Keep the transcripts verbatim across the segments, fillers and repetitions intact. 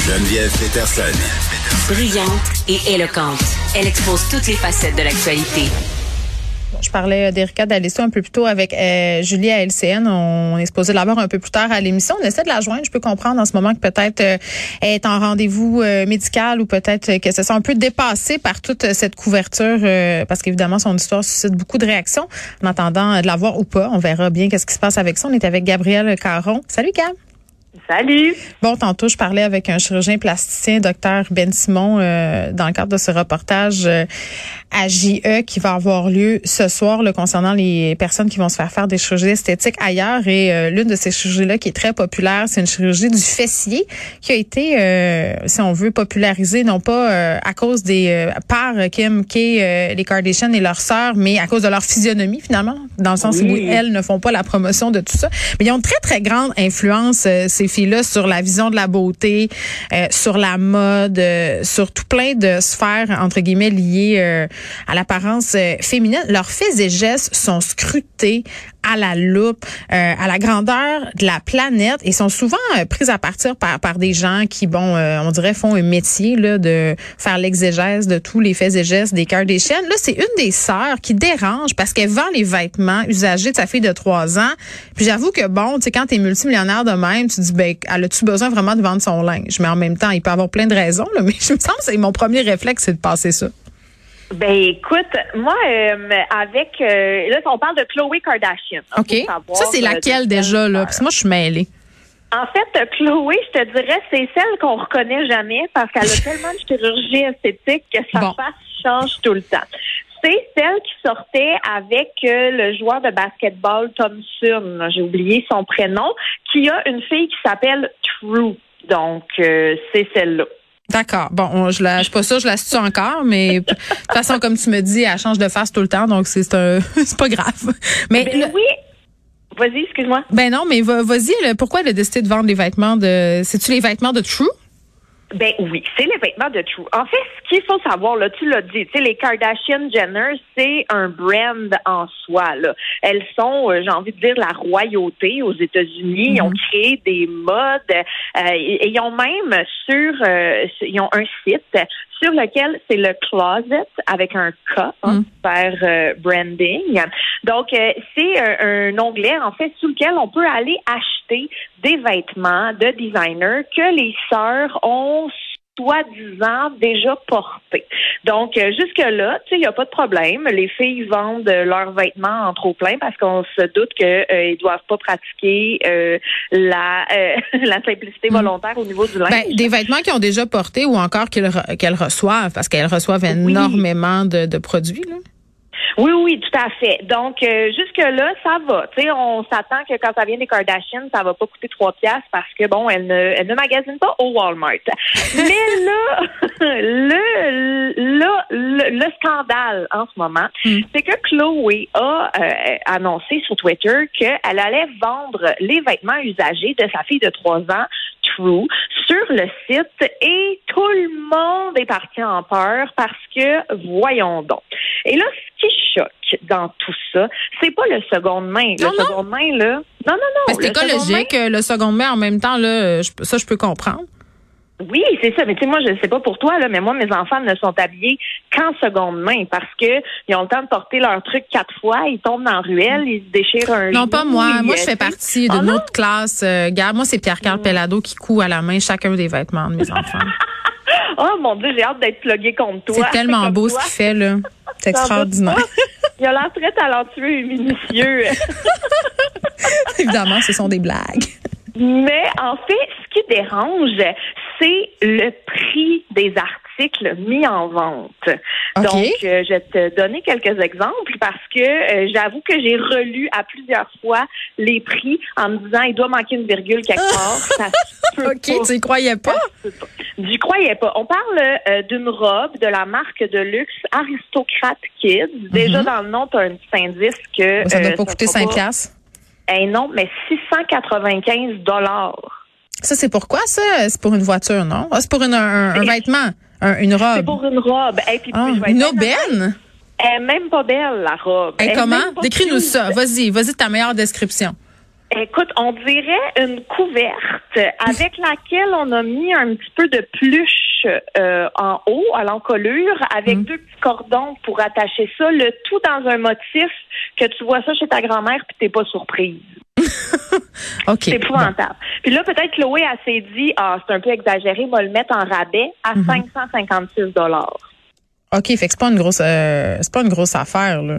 Geneviève Peterson. Brillante et éloquente, elle expose toutes les facettes de l'actualité. Je parlais d'Erika D'Alessio un peu plus tôt avec euh, Julie à L C N. On est supposé l'avoir un peu plus tard à l'émission. On essaie de la joindre. Je peux comprendre en ce moment que peut-être euh, elle est en rendez-vous euh, médical ou peut-être que ça s'est un peu dépassé par toute cette couverture euh, parce qu'évidemment, son histoire suscite beaucoup de réactions. En attendant de la voir ou pas, on verra bien qu'est-ce qui se passe avec ça. On est avec Gabrielle Caron. Salut, Gab. Salut. Bon, tantôt, je parlais avec un chirurgien plasticien, docteur Ben Simon, euh, dans le cadre de ce reportage euh, à J E qui va avoir lieu ce soir là, concernant les personnes qui vont se faire faire des chirurgies esthétiques ailleurs. Et euh, l'une de ces chirurgies-là qui est très populaire, c'est une chirurgie du fessier qui a été, euh, si on veut, popularisée, non pas euh, à cause des euh, par Kim K, euh, les Kardashian et leurs sœurs, mais à cause de leur physionomie, finalement, dans le sens oui. où elles ne font pas la promotion de tout ça. Mais ils ont une très, très grande influence, euh, ces filles-là, sur la vision de la beauté, euh, sur la mode, euh, sur tout plein de sphères, entre guillemets, liées euh, à l'apparence euh, féminine. Leurs faits et gestes sont scrutés à la loupe, euh, à la grandeur de la planète et sont souvent euh, prises à partir par, par des gens qui, bon, euh, on dirait, font un métier là de faire l'exégèse de tous les faits et gestes des Kardashian. Là, c'est une des sœurs qui dérange parce qu'elle vend les vêtements usagés de sa fille de trois ans. Puis j'avoue que, bon, tu sais, quand t'es multimillionnaire de même, tu te dis, ben, elle a-tu besoin vraiment de vendre son linge? Mais en même temps, il peut avoir plein de raisons, là, mais je me sens que c'est mon premier réflexe, c'est de passer ça. Ben écoute, moi euh, avec euh, là on parle de Khloé Kardashian. OK. Ça c'est laquelle euh, déjà là parce que moi je suis mêlée. En fait, Khloé, je te dirais, c'est celle qu'on reconnaît jamais parce qu'elle a tellement de chirurgie esthétique que sa bon. face change tout le temps. C'est celle qui sortait avec euh, le joueur de basketball Thompson, j'ai oublié son prénom, qui a une fille qui s'appelle True. Donc euh, c'est celle-là. D'accord. Bon, on, je la, je suis pas sûre, je la situe encore, mais de toute façon, comme tu me dis, elle change de face tout le temps, donc c'est, c'est un, c'est pas grave. Mais ben le, oui. Vas-y, excuse-moi. Ben non, mais va, vas-y. Là, pourquoi elle a décidé de vendre des vêtements de, c'est-tu les vêtements de True? Ben oui, c'est les vêtements de True. En fait, ce qu'il faut savoir, là, tu l'as dit, tu sais, les Kardashian Jenner, c'est un brand en soi, là. Elles sont, euh, j'ai envie de dire, la royauté aux États-Unis. Mm-hmm. Ils ont créé des modes euh, et, et ils ont même sur, euh, ils ont un site sur lequel c'est le Closet avec un K hein, mm. faire euh, branding. Donc, euh, c'est un, un onglet, en fait, sous lequel on peut aller acheter des vêtements de designers que les sœurs ont soi-disant déjà portés. Donc, euh, jusque-là, tu sais, il n'y a pas de problème. Les filles vendent leurs vêtements en trop plein parce qu'on se doute qu'ils euh, ne doivent pas pratiquer euh, la euh, la simplicité volontaire au niveau du linge. Ben, des vêtements qu'ils ont déjà portés ou encore qu'elles, qu'elles reçoivent parce qu'elles reçoivent énormément oui. de, de produits, là. Oui, oui, tout à fait. Donc, euh, jusque-là, ça va. Tu sais, on s'attend que quand ça vient des Kardashians, ça va pas coûter trois piastres parce que, bon, elles ne, elles ne magasinent pas au Walmart. Mais là, le, là, le, le scandale en ce moment, mm. c'est que Khloé a euh, annoncé sur Twitter qu'elle allait vendre les vêtements usagés de sa fille de trois ans, True, sur le site et tout le monde est parti en peur parce que, voyons donc. Et là, ce qui choque dans tout ça, c'est pas le seconde main. Le non, non. seconde main, là. Non, non, non. Mais c'est écologique, main... le seconde main en même temps, là, je, ça, je peux comprendre. Oui, c'est ça. Mais tu sais, moi, je ne sais pas pour toi, là, mais moi, mes enfants ne sont habillés qu'en seconde main parce que ils ont le temps de porter leur truc quatre fois, ils tombent dans la ruelle, ils se déchirent un Non, genou, pas moi. Ils, moi, je fais partie d'une oh, autre classe. Euh, regarde, moi, c'est Pierre-Carl mmh. Pellado qui coud à la main chacun des vêtements de mes enfants. Oh mon Dieu, j'ai hâte d'être pluguée contre toi. C'est tellement beau toi. Ce qu'il fait, là. C'est extraordinaire. Il a l'air très talentueux et minutieux. Évidemment, ce sont des blagues. Mais en fait, ce qui dérange, c'est le prix des articles mis en vente. Okay. Donc, euh, je vais te donner quelques exemples parce que euh, j'avoue que j'ai relu à plusieurs fois les prix en me disant il doit manquer une virgule quelque part. Ça se peut OK, pas. tu y croyais pas? J'y croyais pas. On parle euh, d'une robe de la marque de luxe Aristocrat Kids. Déjà, mm-hmm. dans le nom, tu as un petit indice que... Ça ne doit euh, pas coûter cinq piastres. Eh non, mais six cent quatre-vingt-quinze dollars. Ça, c'est pourquoi, ça? C'est pour une voiture, non? Ah, c'est pour une, un, un vêtement, un, une robe. C'est pour une robe. Et puis, ah, puis, je vais une aubaine? Elle est même pas belle, la robe. Et comment? Décris-nous ça. Vas-y, vas-y, ta meilleure description. Écoute, on dirait une couverte avec laquelle on a mis un petit peu de pluche euh, en haut, à l'encolure, avec mmh. deux petits cordons pour attacher ça, le tout dans un motif que tu vois ça chez ta grand-mère puis t'es pas surprise. OK. C'est épouvantable. Bon. Puis là, peut-être Chloé, elle s'est dit, ah, c'est un peu exagéré, va le mettre en rabais à mmh. cinq cent cinquante-six dollars. OK, fait que c'est pas une grosse, euh, c'est pas une grosse affaire, là.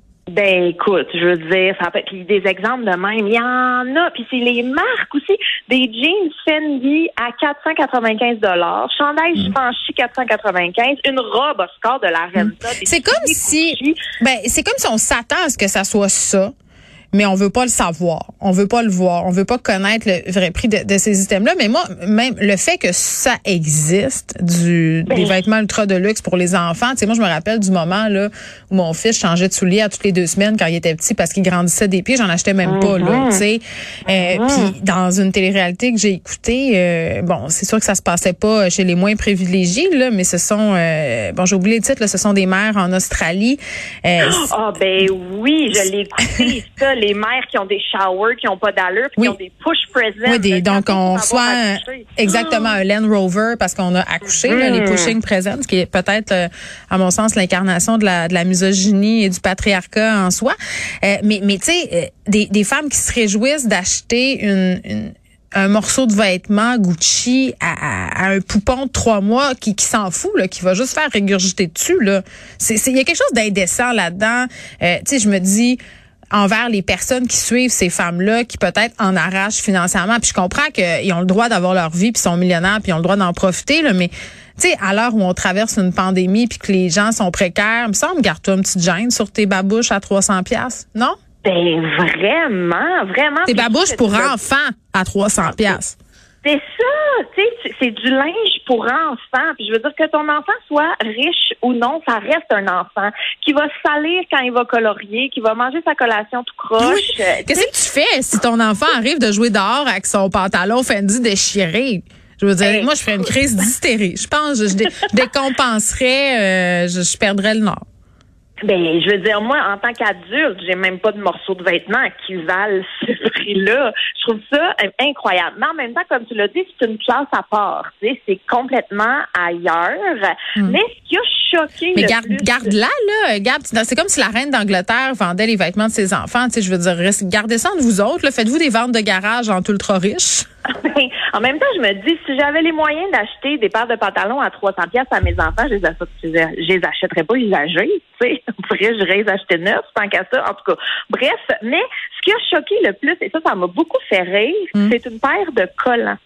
Ben écoute, je veux dire, ça peut être des exemples de même, il y en a. Puis c'est les marques aussi, des jeans Fendi à quatre cent quatre-vingt-quinze dollars, chandail mm. Givenchy quatre cent quatre-vingt-quinze, une robe Oscar de la Reine. Mm. C'est comme si, ben c'est comme si on s'attend à ce que ça soit ça. Mais on veut pas le savoir, on veut pas le voir, on veut pas connaître le vrai prix de, de ces items-là. Mais moi, même le fait que ça existe, du ben, des vêtements ultra de luxe pour les enfants, tu sais, moi je me rappelle du moment là où mon fils changeait de souliers à toutes les deux semaines quand il était petit parce qu'il grandissait des pieds, j'en achetais même pas mm-hmm. là, tu sais. Euh, mm-hmm. Puis dans une télé-réalité que j'ai écoutée, euh, bon, c'est sûr que ça se passait pas chez les moins privilégiés là, mais ce sont, euh, bon, j'ai oublié le titre, là, ce sont des mères en Australie. Ah euh, oh, ben oui, je l'ai écouté ça. Les mères qui ont des showers, qui n'ont pas d'allure, puis oui. qui ont des push presents. Oui, des, donc on soit exactement un Land Rover parce qu'on a accouché, mmh. là, les pushing presents, qui est peut-être, euh, à mon sens, l'incarnation de la, de la misogynie et du patriarcat en soi. Euh, mais mais tu sais, euh, des, des femmes qui se réjouissent d'acheter une, une un morceau de vêtement Gucci à, à, à un poupon de trois mois qui, qui s'en fout, là, qui va juste faire régurgiter dessus, là. C'est, c'est, il y a quelque chose d'indécent là-dedans. Euh, tu sais, je me dis, envers les personnes qui suivent ces femmes-là, qui peut-être en arrachent financièrement. Puis je comprends qu'ils ont le droit d'avoir leur vie, puis sont millionnaires, puis ils ont le droit d'en profiter, là, mais tu sais, à l'heure où on traverse une pandémie, puis que les gens sont précaires, il me semble, garde-toi une petite gêne sur tes babouches à trois cents piastres, non? Ben vraiment, vraiment. Tes babouches pour enfants à trois cents piastres. C'est ça, tu sais, c'est du linge pour enfants. Puis je veux dire que ton enfant soit riche ou non, ça reste un enfant qui va se salir quand il va colorier, qui va manger sa collation tout croche. Oui. Qu'est-ce que tu fais si ton enfant arrive de jouer dehors avec son pantalon Fendi déchiré? Je veux dire, hey, moi, je ferais une crise d'hystérie. Je pense que je, dé- je décompenserais, euh, je, je perdrais le nord. Ben, je veux dire, moi, en tant qu'adulte, j'ai même pas de morceaux de vêtements qui valent ce prix-là. Je trouve ça incroyable. Mais en même temps, comme tu l'as dit, c'est une classe à part. Tu sais, c'est complètement ailleurs. Mm. Mais ce qui a choqué Mais le garde, plus... garde-la, là. Garde, c'est comme si la reine d'Angleterre vendait les vêtements de ses enfants. Tu sais, je veux dire, gardez ça de vous autres. Là. Faites-vous des ventes de garage entre ultra riches. En même temps, je me dis, si j'avais les moyens d'acheter des paires de pantalons à trois cents piastres à mes enfants, je les, ach- je les achèterais pas usagés, tu sais. On pourrait, je les acheter neufs, tant qu'à ça. En tout cas, bref. Mais ce qui a choqué le plus, et ça, ça m'a beaucoup fait rire, mm. c'est une paire de collants.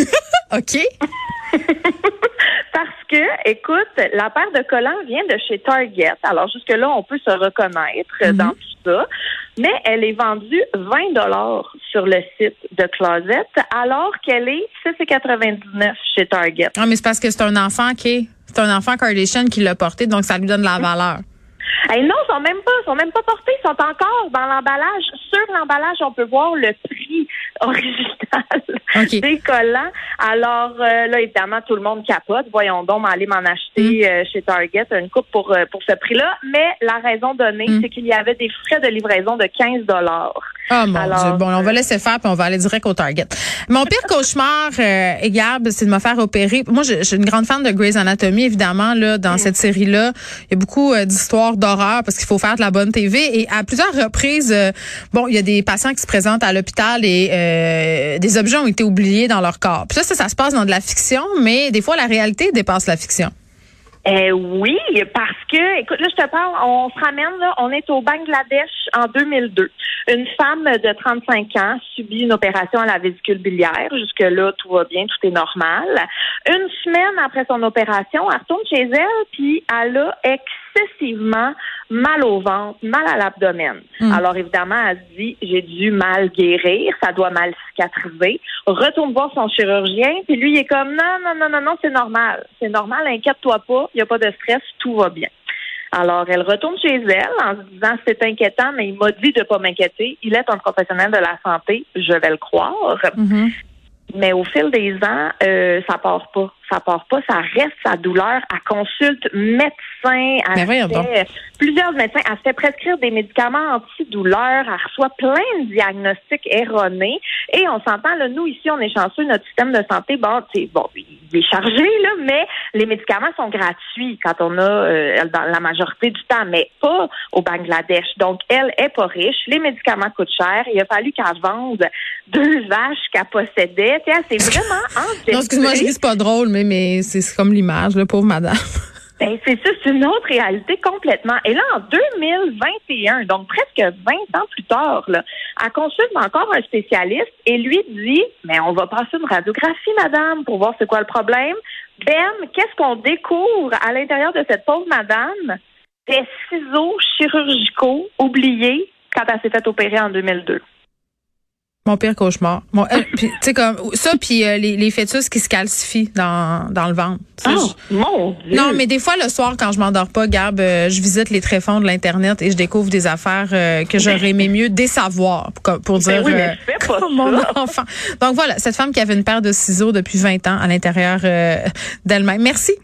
OK. Parce que, écoute, la paire de collants vient de chez Target. Alors, jusque-là, on peut se reconnaître mm-hmm. dans tout ça. Mais elle est vendue vingt dollars sur le site de Closet, alors qu'elle est six quatre-vingt-dix-neuf chez Target. Ah, mais c'est parce que c'est un enfant qui est, c'est un enfant Kardashian qui l'a porté, donc ça lui donne la valeur. Hey, non, ils sont même pas, ils sont même pas portés, ils sont encore dans l'emballage. Sur l'emballage, on peut voir le prix original okay. des collants. Alors euh, là, évidemment, tout le monde capote. Voyons donc, aller m'en acheter mm. euh, chez Target une coupe pour euh, pour ce prix-là. Mais la raison donnée, mm. c'est qu'il y avait des frais de livraison de quinze dollars. Oh mon Alors, Dieu. Bon, on va laisser faire puis on va aller direct au Target. Mon pire cauchemar, euh, Gab, c'est de me faire opérer. Moi, je, je suis une grande fan de Grey's Anatomy, évidemment. Là, dans mm. cette série-là, il y a beaucoup euh, d'histoires d'horreur parce qu'il faut faire de la bonne T V. Et à plusieurs reprises, euh, bon, il y a des patients qui se présentent à l'hôpital et euh, des objets ont été oubliés dans leur corps. Puis ça, ça, ça se passe dans de la fiction, mais des fois, la réalité dépasse la fiction. Euh, oui, parce que, écoute, là, je te parle, on se ramène, là, on est au Bangladesh en deux mille deux. Une femme de trente-cinq ans subit une opération à la vésicule biliaire. Jusque-là, tout va bien, tout est normal. Une semaine après son opération, elle retourne chez elle, puis elle a excessivement mal au ventre, mal à l'abdomen. Mmh. Alors, évidemment, elle se dit, j'ai dû mal guérir, ça doit mal cicatriser. Retourne voir son chirurgien, puis lui, il est comme, non, non, non, non, non, c'est normal. C'est normal, inquiète-toi pas, il n'y a pas de stress, tout va bien. Alors, elle retourne chez elle en se disant, c'est inquiétant, mais il m'a dit de pas m'inquiéter. Il est un professionnel de la santé, je vais le croire. Mmh. mais au fil des ans, euh, ça part pas. Ça part pas, ça reste sa douleur. Elle consulte médecin, elle fait plusieurs médecins, elle se fait prescrire des médicaments antidouleurs, elle reçoit plein de diagnostics erronés. Et on s'entend, là, nous ici, on est chanceux, notre système de santé, bon, c'est bon, il est chargé, là, mais les médicaments sont gratuits quand on a euh, dans la majorité du temps, mais pas au Bangladesh. Donc, elle est pas riche, les médicaments coûtent cher. Il a fallu qu'elle vende deux vaches qu'elle possédait. Tu sais, elle s'est vraiment endetée. Non, excuse-moi, je dis c'est pas drôle, mais mais c'est comme l'image, le pauvre madame. Ben, c'est ça, c'est une autre réalité complètement. Et là, en deux mille vingt et un, donc presque vingt ans plus tard, là, elle consulte encore un spécialiste et lui dit, mais on va passer une radiographie, madame, pour voir c'est quoi le problème. Ben, qu'est-ce qu'on découvre à l'intérieur de cette pauvre madame? Des ciseaux chirurgicaux oubliés quand elle s'est fait opérer en deux mille deux. Mon pire cauchemar. Bon, euh, tu sais comme ça, puis euh, les, les fœtus qui se calcifient dans dans le ventre. Oh je... mon Dieu. Non, mais des fois le soir quand je m'endors pas, Gab, euh, je visite les tréfonds de l'internet et je découvre des affaires euh, que j'aurais aimé mieux désavoir pour, pour dire ben oui, mais euh, je fais pas ça. Mon enfant. Donc voilà, cette femme qui avait une paire de ciseaux depuis vingt ans à l'intérieur euh, d'elle-même. Merci.